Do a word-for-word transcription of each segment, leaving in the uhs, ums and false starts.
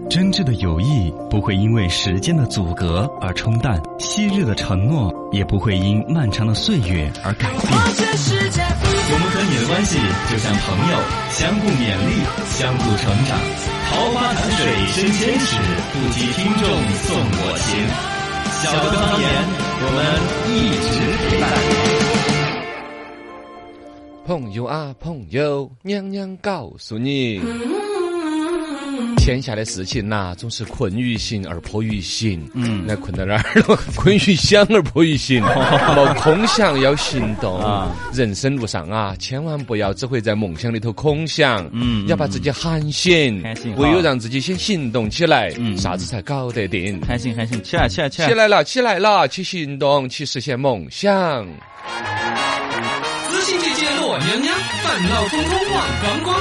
真挚的友谊不会因为时间的阻隔而冲淡，昔日的承诺也不会因漫长的岁月而改变。我们和你的关系就像朋友，相互勉励，相互成长。桃花潭水深千尺，不及听众送我情。小的方言，我们一直陪伴。 朋友啊朋友，娘娘告诉你，天下的事情呐、啊，总是困于心而迫于行。嗯，那困在哪儿了？困于想而迫于行。莫空想，要行动啊！人生路上啊，千万不要只会在梦想里头空想。嗯，要把自己喊醒。喊醒，唯有让自己先行动起来，嗯，啥子才搞得定？ 喊醒，喊醒，起来，起来，起来！ 起来了，起来了，去行动，去实现梦想。 知心姐姐洛娘娘，烦恼通通忘光光。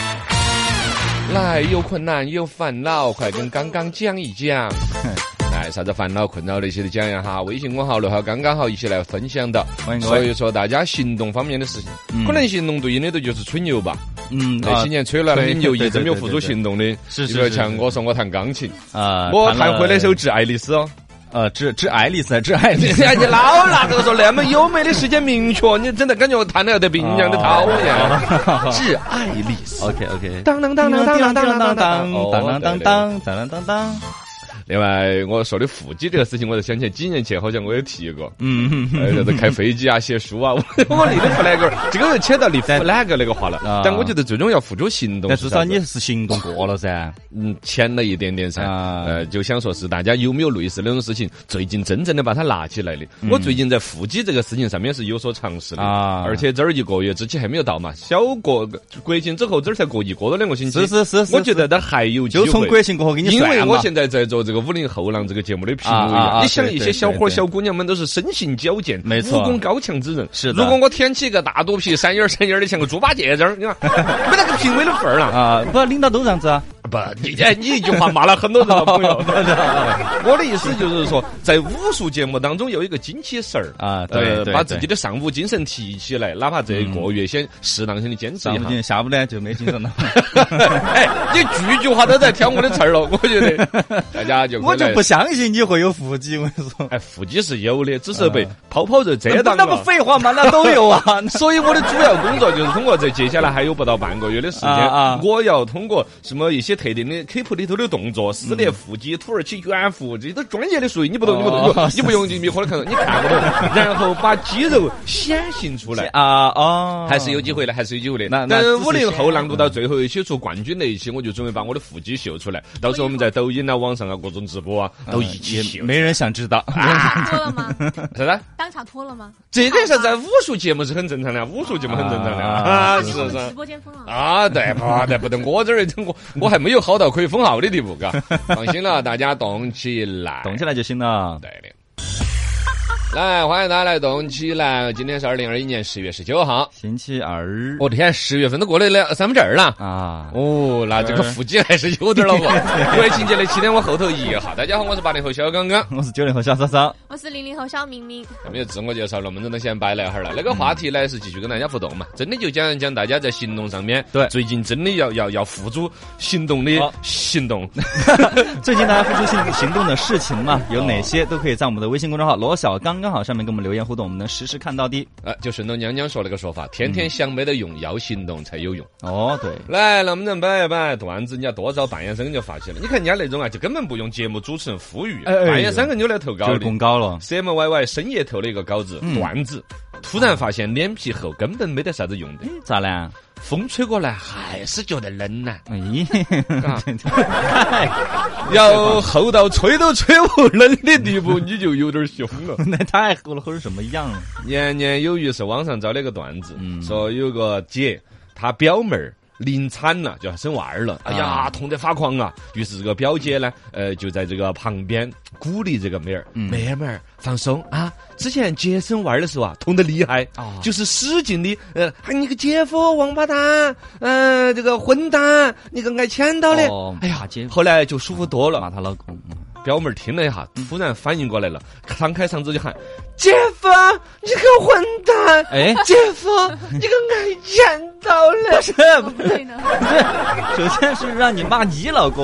来，有困难有烦恼，快跟刚刚讲一讲。来，啥子烦恼困扰那些的讲一下，微信公号六号刚刚好一起来分享的。所以说大家行动方面的事情，嗯、可能行动对应的都就是吹牛吧。嗯，那些年吹了很牛，一直没有付诸行动的。是是是。像我说我弹钢琴啊，我弹会了一首《致爱丽丝》哦。 呃，致致爱丽丝，致爱丽丝， 你老那个说那么优美的时间明确，你真的感觉我谈的要得病一样的讨厌。致爱丽丝 ，OK OK， 当当当当当当当当当当当当当当当当。 另外，我说的腹肌这个事情，我就想起几年前好像我有提过，嗯，呃，在开飞机啊、写书啊，我我立的 flag， 这个又扯到立 flag 那个话了。啊、但我觉得最终要付诸行动。 但至少你是行动过了噻， 嗯，签了一点点噻。啊、呃，就想说是大家有没有类似那种事情，最近真正的把它拿起来的。嗯、我最近在腹肌这个事情上面是有所尝试的，啊、而且这儿一个月之前还没有到嘛，小过国庆之后这儿才过一个多两个星期。 是是是是， 我觉得这还有机会。 就从国庆过后给你算嘛。因为我现在在做这个五零后郎这个节目的评委，啊啊、你想一些小伙小姑娘们都是身形矫健、 没错， 武功高强之人。 是的， 如果我舔起一个大肚皮，三眼三眼的像个猪八戒这儿，你看没那个评委的份儿了啊！不，领导都这样子啊。 不，你你一句话骂了很多人的朋友。我的意思就是说，在武术节目当中有一个精气神儿啊，对， 呃，把自己的上午精神提起来，哪怕这一个月先适当性的坚持一下， 下午呢就没精神了。 哎，你句句话都在挑我的刺儿了，我觉得大家就我就不相信你会有腹肌，我跟你说， 哎，腹肌是有的，只是被泡泡热遮挡了。 那不废话吗？那都有啊。 所以我的主要工作就是通过这接下来还有不到半个月的时间，啊啊、我要通过什么一些特定的 keep 里头的动作，撕裂腹肌、土耳其圆腹，这都专业的术语，你不懂，你不懂，哦、你不用你迷惑的看到，你看不懂，然后把肌肉显形出来啊哦， 还是有机会的，还是有机会的。那但五零后浪录到最后一期出冠军那一期，我就准备把我的腹肌秀出来，到时候我们在抖音啊、网上啊各种直播啊，都一起秀。 没人想知道。 脱了吗？ 是的， 当场脱了吗？ 这个是在武术节目是很正常的，武术节目很正常的啊，是是。 直播间封啊？ 啊，对，不对，不对，我这儿我我还没有好到可以封号的地步，嘎，放心了，大家动起来， 动起来就行了。 对的。来，欢迎大家来动起来！今天是二零二一年十月十九号， 星期二。 我、哦、天，十月份都过了两三分之二了啊！哦，那这个腹肌还是有点了吧？国庆节的七天我后头一下。大家好，我是八零后小刚刚， 我是九零后小嫂嫂， 我是零零后小明明。 还没有自我介绍了，我们真的先摆来一会儿了。那个话题呢是继续跟大家互动嘛，真的就讲一讲大家在行动上面，对，最近真的要要要付诸行动的行动。 最近大家付出行行动的事情嘛，有哪些都可以在我们的微信公众号罗小刚刚好上面跟我们留言互动，我们能实时看到的。 呃，就顺着娘娘说那个说法，天天想没得用，要行动才有用。 哦，对。 来，能不能摆一摆段子？人家多找半夜三更就发起了。你看人家那种啊，就根本不用节目主持人呼吁，哎、半夜三更就来投稿的， 就公告了。 C M Y Y 深夜投了一个稿子，嗯、段子。突然发现脸皮厚根本没得啥子用的。 咋了？ 风吹过来还是觉得冷呢、啊。 哎， 要厚到吹都吹不冷的地步，你就有点凶了。 那太厚了，厚成什么样？ 年年有余是网上找了一个段子，嗯、说有个姐，她表妹儿临产了，就要生娃儿了，哎呀，痛得发狂啊！于是这个表姐呢，呃，就在这个旁边鼓励这个妹儿，嗯、妹儿妹儿放松啊！之前姐生娃儿的时候啊，痛得厉害，哦、就是使劲的，呃，喊你个姐夫王八蛋，呃，这个混蛋，你个爱签到的，哦、哎呀，后来就舒服多了， 骂她老公。 表妹儿听了一下，突然反应过来了，敞开嗓子就喊：“姐夫，你个混蛋！哎，姐夫，你个爱签到的。” 不是，不是，首先是让你骂你老公。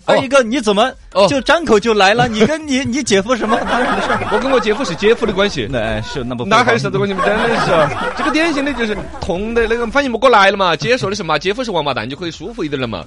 二一哥你怎么就张口就来了？你跟你你姐夫什么发生什么事儿？ 我跟我姐夫是姐夫的关系。 那是那不那还是啥子关系？真的是这个典型的就是痛的那个反应不过来了嘛。姐说的是嘛，姐夫是王八蛋就可以舒服一点了嘛。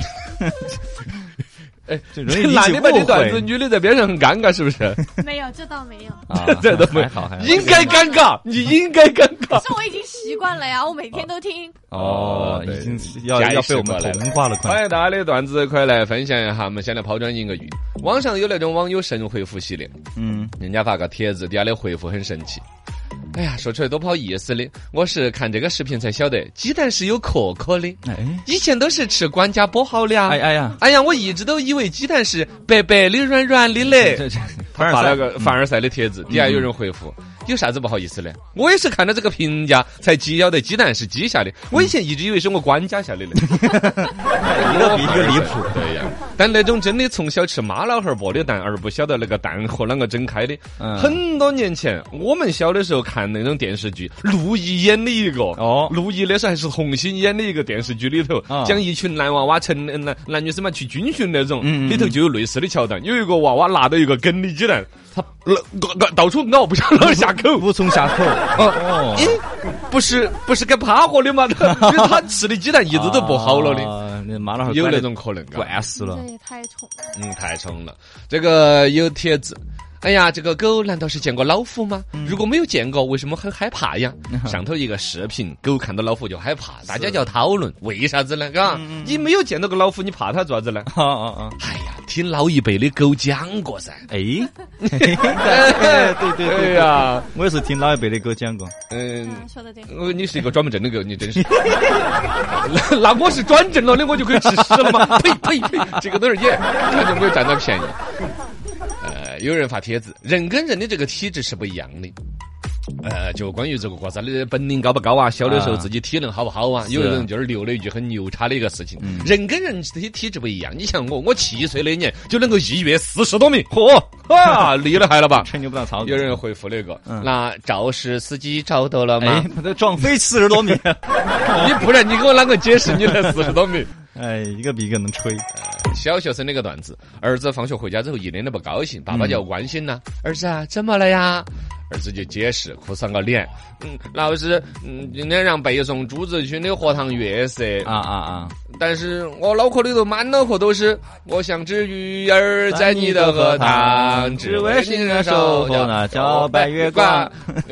哎，这男的把这段子，女的在边上很尴尬，是不是？ 没有，这倒没有。 啊， 这都没好，应该尴尬，你应该尴尬。 可是我已经习惯了呀，我每天都听。 哦，已经要要被我们同化了。 欢迎大家的段子，快来分享一下。我们先来抛砖引个玉。网上有那种网友神回复系列，嗯，人家发个帖子，底下的回复很神奇。哎呀，说出来都不好意思的，我是看这个视频才晓得，鸡蛋是有壳壳的。哎，以前都是吃管家剥好的啊。 哎哎呀， 哎呀，我一直都以为鸡蛋是白白的、软软的嘞。 这这他发了个凡尔赛的帖子，底下有人回复。有啥子不好意思的？我也是看到这个评价才知晓得鸡蛋是鸡下的。我以前一直以为是我管家下的嘞。 一个比一个离谱。 对呀，但那种真的从小吃妈老汉儿剥的蛋，而不晓得那个蛋和啷个整开的，嗯、很多年前我们小的时候看那种电视剧，陆毅演的一个哦，陆毅那时候还是红星演的一个电视剧里头，哦、讲一群男娃娃成男男女生嘛去军训那种，嗯嗯里头就有类似的桥段，有一个娃娃拿到一个梗的鸡蛋。他到处咬不想咬下口， 无从下口。 哦，咦，不是不是给趴活的吗？因为他吃的鸡蛋一直都不好了的。 那妈老汉有那种可能， 惯死了。 这也太宠。 嗯，太宠了。这个有帖子。哎呀，这个狗难道是见过老虎吗？嗯、如果没有见过，为什么很害怕呀？嗯、上头一个视频，狗看到老虎就害怕，大家就要讨论为啥子呢？嘎、嗯，你没有见到过老虎，你怕它做啥子呢？啊啊啊！哎呀，听老一辈的狗讲过噻。哎， 对对对对呀， 我也是听老一辈的狗讲过。 嗯，说的对。 你是一个专门正的狗，你真是。那那我是转正了的，我就可以吃屎了吗？呸呸呸！这个都是野，看就没有占到便宜。呃，有人发帖子，人跟人的这个体质是不一样的。呃，就关于这个国家的本领高不高啊，小的时候自己体能好不好啊？有人就是留了一句很牛叉的一个事情，嗯、人跟人的体质不一样。你像我，我七岁那年就能够一跃四十多米，嚯啊，厉害了吧？ 吹牛不当操。 有人回复那个，嗯、那肇事司机找到了吗？ 哎，把他撞飞四十多米， 你不然你给我啷个解释你那四十多米？ 哎，一个比一个能吹。 小学生那个段子，儿子放学回家之后一脸的不高兴，爸爸就要关心呐、啊，儿子啊，怎么了呀？儿子就解释，哭丧个脸，嗯，老师，嗯，今天让背诵朱自清的《荷塘月色》啊啊啊！但是我脑壳里头满脑壳都是，我像只鱼儿在你的荷塘，只为你的手和那皎白月光。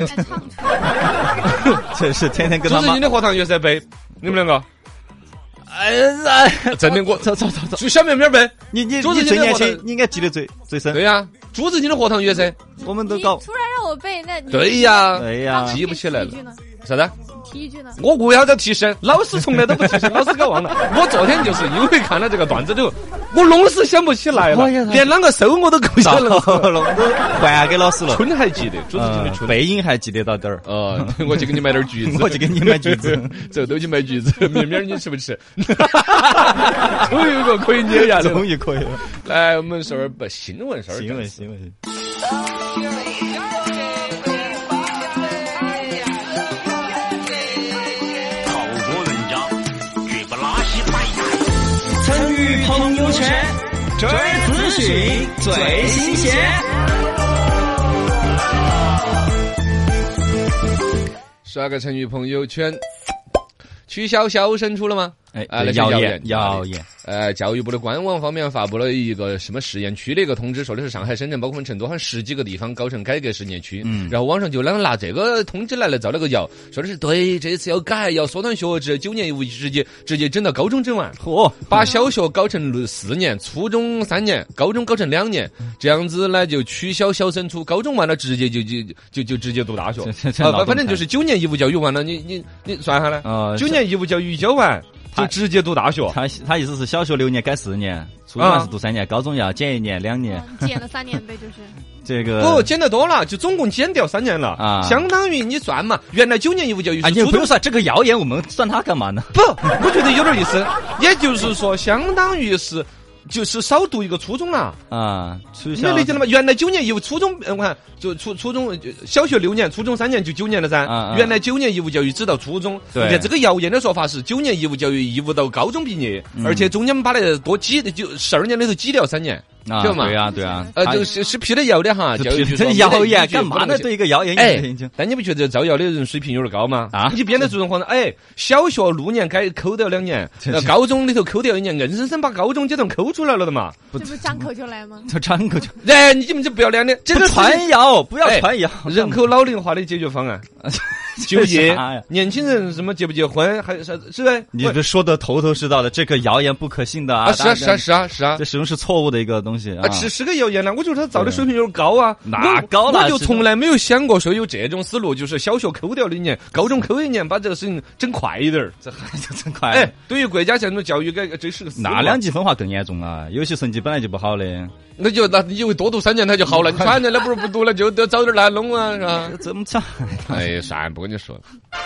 这是天天跟他朱自清的《荷塘月色》背，你们两个。 哎呀， 真的我走走走走， 就小面面背。 你你你最年轻，你应该记得最最深。 对呀，朱自清的《荷塘月色》， 我们都搞。 突然让我背，那对呀， 对呀， 记不起来了。啥子？ 提一句呢？ 我为啥子要提示？老师从来都不提示，老师搞忘了。我昨天就是因为看了这个段子之后，我弄死想不起来了，连啷个收我都勾起来了， 都还给老师了。 春还记得，朱自清的春， 背影还记得到点儿。 呃，我去给你买点橘子， 我去给你买橘子， 走都去买橘子。面面你吃不吃？终于有个可以捏牙的， 终于可以了。 来，我们说点不新闻，说点新闻，新闻。 朋友圈追资讯最新鲜， 刷个成语朋友圈。取消小升初了吗？ 哎，啊，谣言，谣言。 呃，教育部的官网方面发布了一个什么实验区的一个通知，说的是上海、深圳，包括成都，好像十几个地方搞成改革实验区。嗯，然后网上就拿拿这个通知来来造了个谣，说的是对，这次要改，要缩短学制，九年义务直接直接整到高中整完。嚯，把小学搞成四年，初中三年，高中搞成两年，这样子呢就取消小升初，高中完了直接就就就就直接读大学。啊，反正就是九年义务教育完了，你你你算下来，啊，九年义务教育教完。就直接读大学， 他他意思是小学六年改四年，初中是读三年，高中要减一年两年， 减了三年呗，就是这个不减得多了，就总共减掉三年了啊，相当于你算嘛，原来九年义务教育， 啊，你不用算这个谣言，我们算它干嘛呢？ 不，我觉得有点意思，也就是说，相当于是就是少读一个初中了啊， 你能理解了吗？原来九年义务，初中我看就初初中小学六年，初中三年就九年了噻。 啊啊原来九年义务教育只到初中， 对。 而且这个谣言的说法是九年义务教育义务到高中毕业，嗯、而且中间把那多挤就十二年里头挤掉三年。 啊， 对吗？ 对啊，对啊， 呃，就是是辟的谣的哈， 这这谣言干嘛呢？对一个谣言， 哎，但你不觉得造谣的人水平有点高吗？ 啊， 你就编得这种话，哎，小学六年该扣掉两年，高中里头扣掉一年，硬生生把高中阶段扣出来了的嘛？ 这不张口就来吗？ 这张口就， 哎，你们就不要脸的，这个传谣，不要传谣， 人口老龄化的解决方案。就业，年轻人什么结不结婚，还是啥？是呗？ 你这说的头头是道的，这个谣言不可信的啊！ 是啊，是啊，是啊，是啊， 这始终是错误的一个东西啊！ 是是个谣言了，我觉得他造的水平有点高啊！ 哪高了？ 我就从来没有想过说有这种思路，就是小学扣掉一年，高中扣一年，把这个事情整快一点。 这还是整快？ 哎，对于国家现在教育改革，这是个那两极分化更严重啊！有些成绩本来就不好的， 那就那你以为多读三年他就好了？你三年那不是不读了，就得早点来弄啊，是吧？ 这么惨？ 哎，算不跟你说了。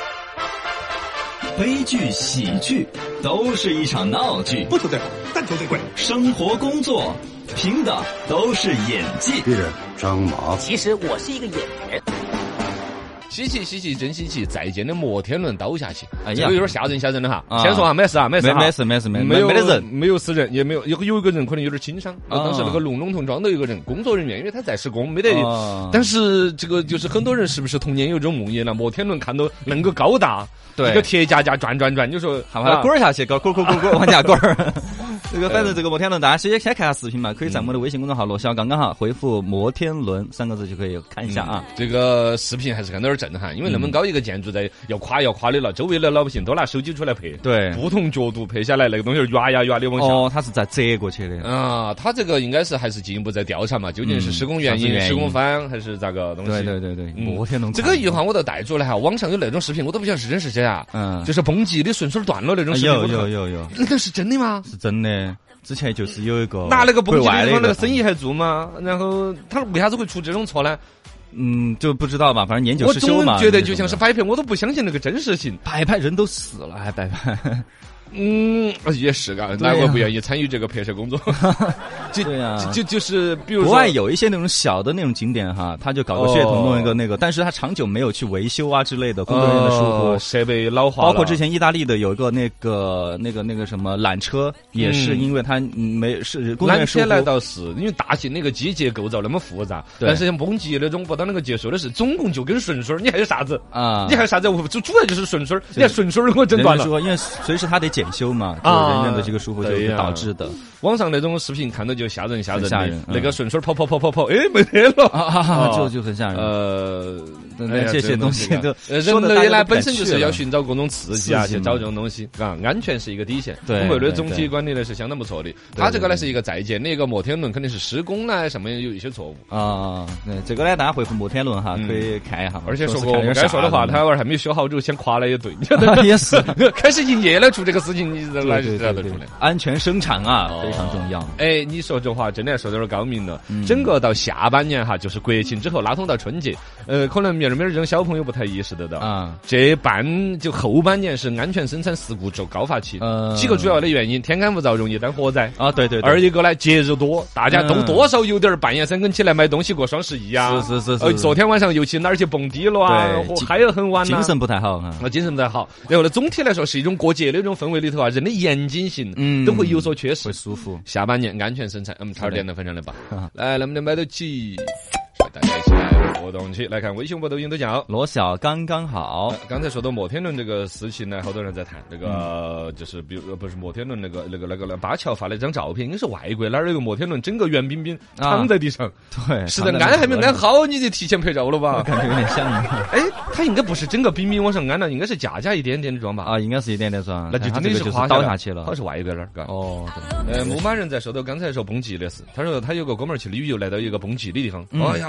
悲剧、喜剧都是一场闹剧， 不求最好，但求最贵。 生活、工作，凭的都是演技。 别人张麻， 其实我是一个演员。 稀奇稀奇真稀奇！再见的摩天轮倒下去， 哎呀， 这个有点吓人吓人的哈。啊、先说啊，没事啊，没事， 没事没事没没有没得人， 没有死人，也没有有有一个人可能有点轻伤。啊、当时那个笼笼统装的有个人，工作人员，因为他在施工，没得。啊、但是这个就是很多人是不是童年有这种梦魇呢？摩天轮看到能够高大， 对， 一个铁架架转转转，就说把它滚下去，滚滚滚滚滚往下滚。这个反正这个摩天轮，大家先先看下视频嘛，可以在我们的微信公众号罗小刚刚好回复摩天轮三个字就可以看一下啊。 嗯、这个视频还是看到有点震撼，因为那么高一个建筑在要垮要垮的了，周围的老百姓都拿手机出来拍， 对， 不同角度拍下来，那个东西摇呀摇的往下。 哦，它是在折过去的啊，它这个应该是还是进一步在调查嘛，究竟是施工原因、嗯、施工方还是咋个东西？ 对对对对，摩天轮、 嗯、这个一会儿我都带出来哈，网上有那种视频，我都不晓得是真是假。 嗯， 就是蹦极的顺水断了那种视频。 有有有有， 那个是真的吗？ 是真的。之前就是有一个拿那个蹦极的地方那个生意还做嘛，然后他为啥子会出这种错呢？ 嗯，就不知道吧，反正年久失修嘛。 我总觉得就像是摆拍，我都不相信那个真实性。 摆拍人都死了还摆拍。 嗯，也是噶，哪个不愿意参与这个拍摄工作？就对呀， 就就是比如说， 国外有一些那种小的那种景点哈，他就搞个噱头弄一个那个，但是他长久没有去维修啊之类的，工作人员的疏忽， 设备老化。 包括之前意大利的有一个那个那个那个什么缆车，也是因为它没是工作人员疏忽。 缆车来倒是因为大型那个机械构造那么复杂，但是像蹦极那种不到那个结束的是，总共就跟顺水，你还有啥子啊？你还有啥子？就主要就是顺水，你看顺水给我整断了。 因为随时他得检修嘛，啊，人员的这个疏忽就是导致的。 网上那种视频看到就吓人吓人， 吓人。 那个顺水跑跑跑跑跑，哎，没得了啊，就就很吓人。 呃， 这些东西都人类呢本身就是要寻找各种刺激啊，去找这种东西啊，安全是一个底线。 对， 国内的总体管理呢是相当不错的。它这个呢是一个在建的一个摩天轮，肯定是施工呢上面有一些错误啊。对，这个呢大家回复摩天轮哈，可以看一下。 而且说过我们该说的话，他娃儿还没有修好之后先夸了一堆， 也是开始营业了做这个事情，你来是得出来。 安全生产啊非常重要。 哎，你说这话真的说的有点高明了。整个到下半年哈，就是国庆之后拉通到春节，呃，可能面儿面儿这种小朋友不太意识得到啊。这半就后半年是安全生产事故就高发期，几个主要的原因：天干物燥容易当火灾啊，对对。 二一个呢，节日多，大家都多少有点半夜三更起来买东西过双十一啊。 是是是。 呃，昨天晚上又去哪儿去蹦迪了啊？嗨得很晚精神不太好啊， 精神不太好。然后呢，总体来说是一种过节的那种氛围里头啊，人的严谨性嗯都会有所缺失， 会舒服。 下半年安全生产，我们差点的分享来吧。来，能不能买得起？大家一起来活动起来看微信、微博、抖音都叫罗小刚刚好。 刚才说到摩天轮这个事情呢，好多人在谈这个，就是比如不是摩天轮那个那个那个巴乔发了一张照片，应该是外国哪儿有个摩天轮，整个袁冰冰躺在地上， 对， 是的，安还没安好，你就提前拍照了吧？ 感觉有点像。 哎，他应该不是整个冰冰往上安了，应该是架架一点点的装吧？ 啊，应该是一点点装， 那就真的是垮倒下去了， 好像是外国那儿，嘎。 哦， 呃，牧马人在说到刚才说蹦极的事，他说他有个哥们儿去旅游，来到一个蹦极的地方，哎呀，看到很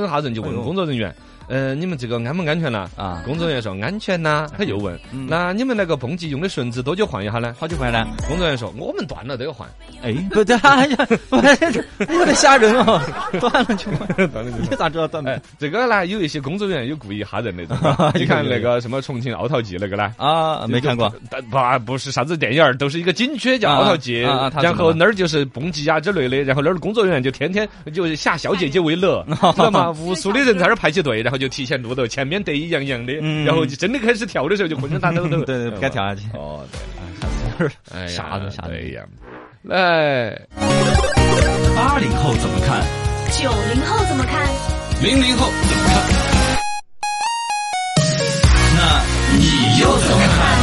哈人就问工作人员。呃，你们这个安不安全啦？啊，工作人员说安全呐。他又问，嗯、那你们那个蹦极用的绳子多久换一下呢？好久换呢？工作人员说，我们断了都要换。 哎，不对，哎呀，有点吓人哦，断了就换，断了就换。你咋知道断？ 哎，这个呢，有一些工作人员有故意吓人那种。你看那个什么重庆奥陶纪那个呢？ 啊，没看过。 不，不是啥子电影儿，都是一个景区叫奥陶纪，啊啊、然后那儿就是蹦极啊之类的，然后那儿工作人员就天天就下小姐姐为乐，知道吗？无数的人在那儿排起队，然后就提前录到前面得意洋洋的，嗯、然后就真的开始跳的时候就浑身打抖抖， 对对，不敢跳下去。 哦，对，哎， 傻子傻子一样。来， 八零后怎么看？ 九零后怎么看？ 零零后怎么看？ 那你又怎么看？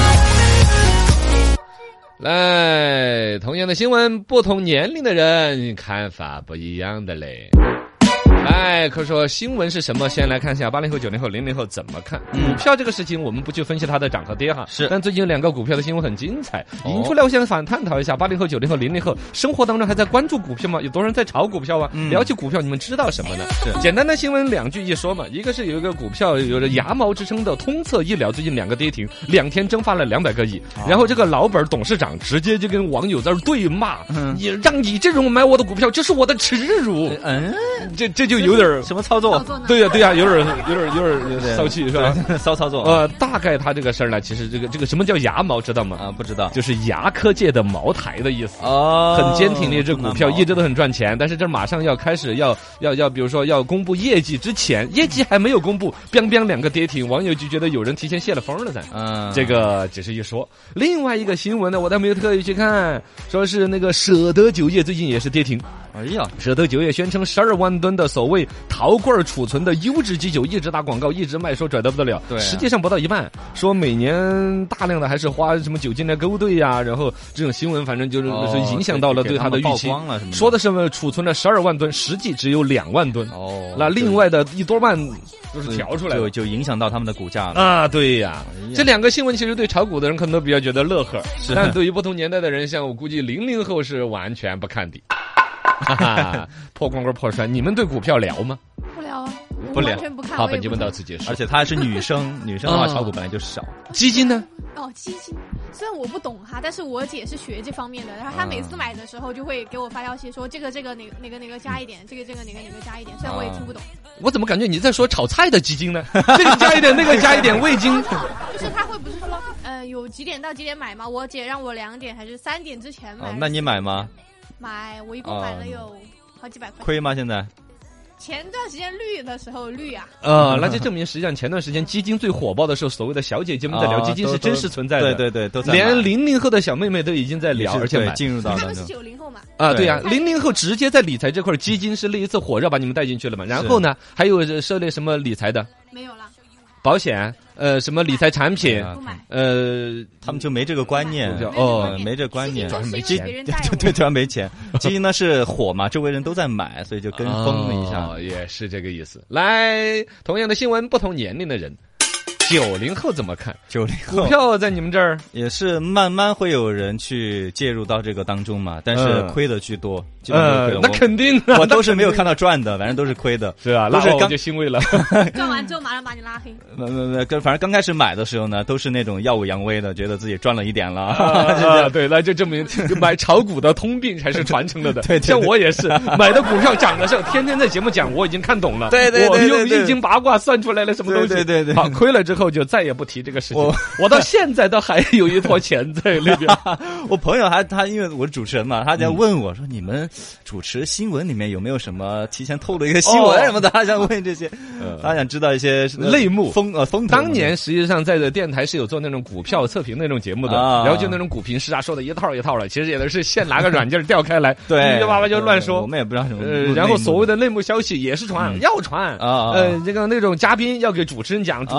来，同样的新闻，不同年龄的人看法不一样的嘞。哎，可说新闻是什么？先来看一下八零后、九零后、零零后怎么看股票这个事情。我们不去分析它的涨和跌哈， 是。 但最近有两个股票的新闻很精彩，引出来我想反探讨一下：八零后、九零后、零零后生活当中还在关注股票吗？有多少人在炒股票啊？嗯、聊起股票，你们知道什么呢？是。简单的新闻两句一说嘛，一个是有一个股票有着牙毛之称的通策医疗，最近两个跌停，两天蒸发了两百个亿。哦、然后这个老板董事长直接就跟网友在这对骂：“嗯、你让你这种买我的股票，就是我的耻辱。”嗯，这这就。有点什么操作？ 对呀、啊、对呀、啊，有点有点有点骚气是吧？ 骚操作。 呃，大概他这个事儿呢，其实这个这个什么叫牙毛知道吗？ 啊，不知道， 就是牙科界的茅台的意思。哦，很坚挺的这股票一直都很赚钱，但是这马上要开始要要要，比如说要公布业绩之前，业绩还没有公布，biang biang两个跌停，网友就觉得有人提前泄了风了噻。嗯，这个只是一说。另外一个新闻呢，我倒没有特意去看，说是那个舍得酒业最近也是跌停。 哎呀， 舍得酒业宣称十二万吨的所谓陶罐储存的优质基酒一直打广告，一直卖，说拽得不得了。 对、啊， 实际上不到一半，说每年大量的还是花什么酒精来勾兑呀、啊，然后这种新闻反正就是、哦、影响到了对它的预期。说的是储存了十二万吨，实际只有两万吨。哦，那另外的一多万都是调出来的， 就就影响到他们的股价了啊！对呀、哎，这两个新闻其实对炒股的人可能都比较觉得乐呵，但对于不同年代的人，像我估计零零后是完全不看的。哈哈，破光棍破摔，你们对股票聊吗？ 不聊啊， 不聊。 完全不看。 好，本节目到此结束。 而且她还是女生，女生的话炒股本来就少。 基金呢？ 哦，基金虽然我不懂哈，但是我姐是学这方面的，然后她每次买的时候就会给我发消息说这个这个哪个哪个哪个加一点，这个这个哪个哪个加一点，虽然我也听不懂。 我怎么感觉你在说炒菜的基金呢？这个加一点，那个加一点，味精。 就是他会不是说呃有几点到几点买吗？我姐让我两点还是三点之前买。 哦，那你买吗？ 买，我一共买了有好几百块。 亏吗？现在？ 前段时间绿的时候绿啊。 呃，那就证明实际上前段时间基金最火爆的时候，所谓的小姐姐们在聊基金是真实存在的。 对对对，都在。 连零零后的小妹妹都已经在聊，而且买进入到。 他们是九零后嘛？ 啊，对呀，零零后直接在理财这块基金是那一次火热把你们带进去了嘛？然后呢，还有涉猎什么理财的？ 没有了。 保险，呃，什么理财产品，呃， 他们就没这个观念哦， 没这观念， 主要是没钱， 对对，主要没钱。基金呢是火嘛，周围人都在买，所以就跟风了一下， 哦，也是这个意思。来，同样的新闻，不同年龄的人。九零后怎么看？ 九零后股票在你们这儿也是慢慢会有人去介入到这个当中嘛，但是亏的居多。 呃，那肯定啊， 我都是没有看到赚的，反正都是亏的。 是啊， 都是刚就欣慰了。 赚完之后马上把你拉黑。 没没没，反正刚开始买的时候呢，都是那种耀武扬威的，觉得自己赚了一点了。 啊，对，那就证明买炒股的通病还是传承了的。 对， 像我也是，买的股票涨的时候，天天在节目讲，我已经看懂了。 对对对， 我用易经八卦算出来了什么东西。 对对对， 好，亏了之后就再也不提这个事情。我我到现在都还有一坨钱在那边。 我朋友还他因为我是主持人嘛，他在问我说：“你们主持新闻里面有没有什么提前透露一个新闻什么的？”他想问这些，他想知道一些类目风呃风。 当年实际上在的电台是有做那种股票测评那种节目的，然后就那种股评师啊说的一套一套的，其实也都是现拿个软件调开来， 对， 噼里啪啦就乱说。 我们也不知道什么。 呃，然后所谓的内幕消息也是传，要传啊。呃，这个那种嘉宾要给主持人讲，主持人换个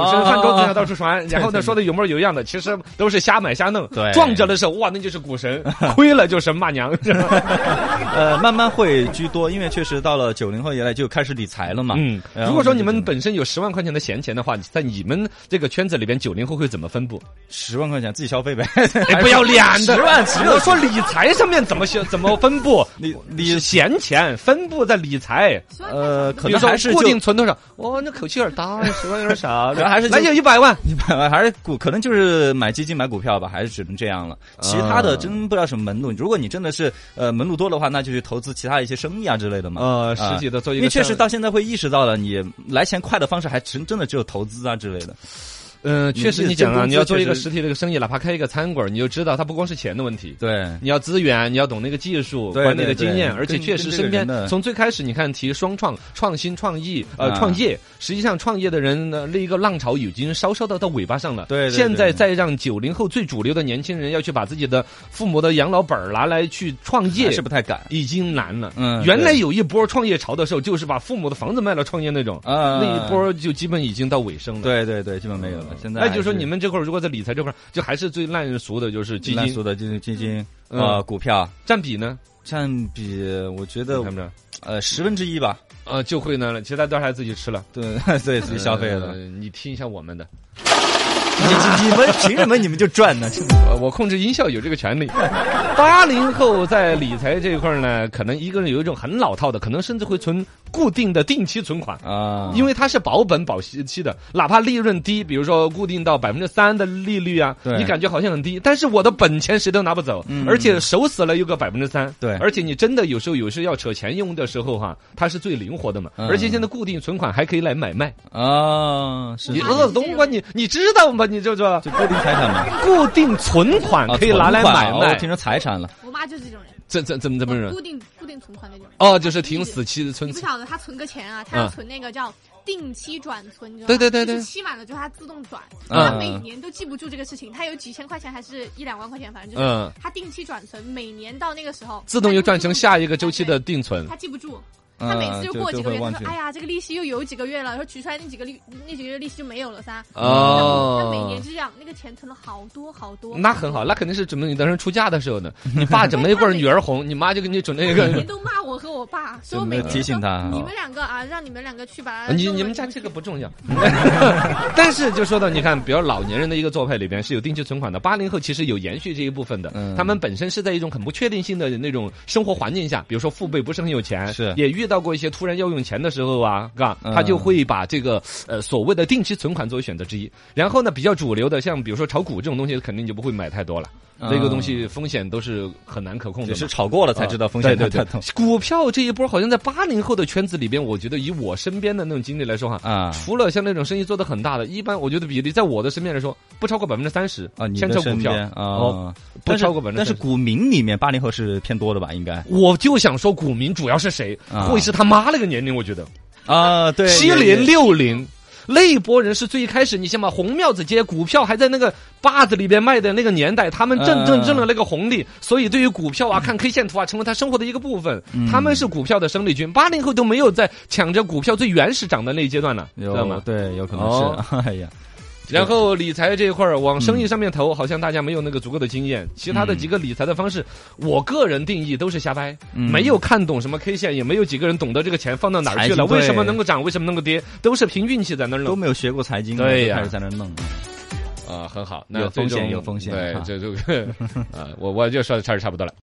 桌子上到处传，然后呢说的有模有样的，其实都是瞎买瞎弄。 对， 撞着的时候，哇，那就是股神；亏了就神骂娘。 呃，慢慢会居多，因为确实到了九零后以来就开始理财了嘛。 嗯，如果说你们本身有十万块钱的闲钱的话，在你们这个圈子里边，九零后会怎么分布？ 十万块钱自己消费呗， 哎，不要脸的！ 十万， 我说理财上面怎么怎么分布？ 理理闲钱分布在理财， 呃，可比如说能还是固定存多少？哦，那口气有点大，十万有点少， 然后还是来有一百万， 一百万还是股，可能就是买基金买股票吧，还是只能这样了。其他的真不知道什么门路。如果你真的是呃门路多的话，那就去投资其他一些生意啊之类的嘛。 呃，实际的做一个， 因为确实到现在会意识到了，你来钱快的方式还真真的只有投资啊之类的。 嗯，确实你讲啊，你要做一个实体的生意，哪怕开一个餐馆，你就知道它不光是钱的问题。 对， 你要资源，你要懂那个技术、管理的经验，而且确实身边从最开始你看提双创、创新、创意、呃创业，实际上创业的人呢，那一个浪潮已经稍稍的到尾巴上了。 对， 现在再让九零后最主流的年轻人要去把自己的父母的养老本拿来去创业， 是不太敢， 已经难了。 嗯， 原来有一波创业潮的时候，就是把父母的房子卖了创业那种，那一波就基本已经到尾声了。 对对对，基本没有了。现在那就是说你们。这块如果在理财这块，就还是最烂人俗的，就是基金。 烂俗的就是基金，呃，股票占比呢？ 占比，我觉得看不着， 呃，十分之一吧。 呃，就会呢了，其他都还自己吃了， 对对，自己消费了。 你听一下我们的。 你你们凭什么你们就赚呢？ 我控制音效有这个权利。八零后在理财这一块呢，可能一个人有一种很老套的，可能甚至会存固定的定期存款啊， 因为它是保本保期的，哪怕利润低，比如说固定到百分之三的利率啊，你感觉好像很低，但是我的本钱谁都拿不走， 嗯、 而且守死了有个百分之三， 对， 而且你真的有时候有时候要扯钱用的时候哈，它是最灵活的嘛， 嗯、 而且现在固定存款还可以来买卖啊，是你呃东莞你你知道吗？你就说就固定财产嘛， 固定存款可以拿来买卖， 我听成财产了。 我妈就是这种人。 怎怎怎么怎么人？ 固定固定存款那种。 哦，就是挺死期的存。 你不晓得他存个钱啊，他要存那个叫定期转存，你知道吗？ 对对对对。 就是期满了之后它自动转，他每年都记不住这个事情，他有几千块钱还是一两万块钱，反正就是他定期转存，每年到那个时候自动又转成下一个周期的定存， 他记不住。他每次就过几个月，他说：“哎呀，这个利息又有几个月了，然后取出来那几个利那几个月利息就没有了噻。”哦，他每年就这样，那个钱存了好多好多。 那很好，那肯定是准备你等人出嫁的时候呢。你爸准备一棍女儿红，你妈就给你准备一个。 每年都骂我和我爸，说每年提醒他， 你们两个啊，让你们两个去把。 你你们家这个不重要，但是就说到你看，比如老年人的一个做派里边是有定期存款的，八零后其实有延续这一部分的。嗯，他们本身是在一种很不确定性的那种生活环境下，比如说父辈不是很有钱， 是也遇到过一些突然要用钱的时候啊，嘎，他就会把这个呃所谓的定期存款作为选择之一。然后呢，比较主流的，像比如说炒股这种东西，肯定就不会买太多了。嗯、那个东西风险都是很难可控的， 只是炒过了才知道风险。 对对对，股票这一波好像在八零后的圈子里边，我觉得以我身边的那种经历来说哈，啊，除了像那种生意做得很大的，一般我觉得比例在我的身边来说，不超过百分之三十啊。你先炒股票啊， 哦、不超过百分之。 但是股民里面，八零后是偏多的吧？应该。 我就想说，股民主要是谁？啊、会是他妈那个年龄？我觉得。 啊，对， 七零六零那一波人是最开始，你想嘛，红庙子街股票还在那个坝子里边卖的那个年代，他们正正挣了那个红利，所以对于股票啊、看 K 线图啊，成为他生活的一个部分。他们是股票的生力军。八零后都没有在抢着股票最原始涨的那一阶段了，知道吗？ 对，有可能是。哦、哎呀。 然后理财这一块儿往生意上面投，好像大家没有那个足够的经验。其他的几个理财的方式，我个人定义都是瞎掰，没有看懂什么 K 线，也没有几个人懂得这个钱放到哪儿去了，为什么能够涨，为什么能够跌，都是凭运气在那儿弄， 都没有学过财经， 对呀， 开始在那儿弄。 啊，很好，那有风险，有风险。 对，这这个啊，我我就说的差不多了。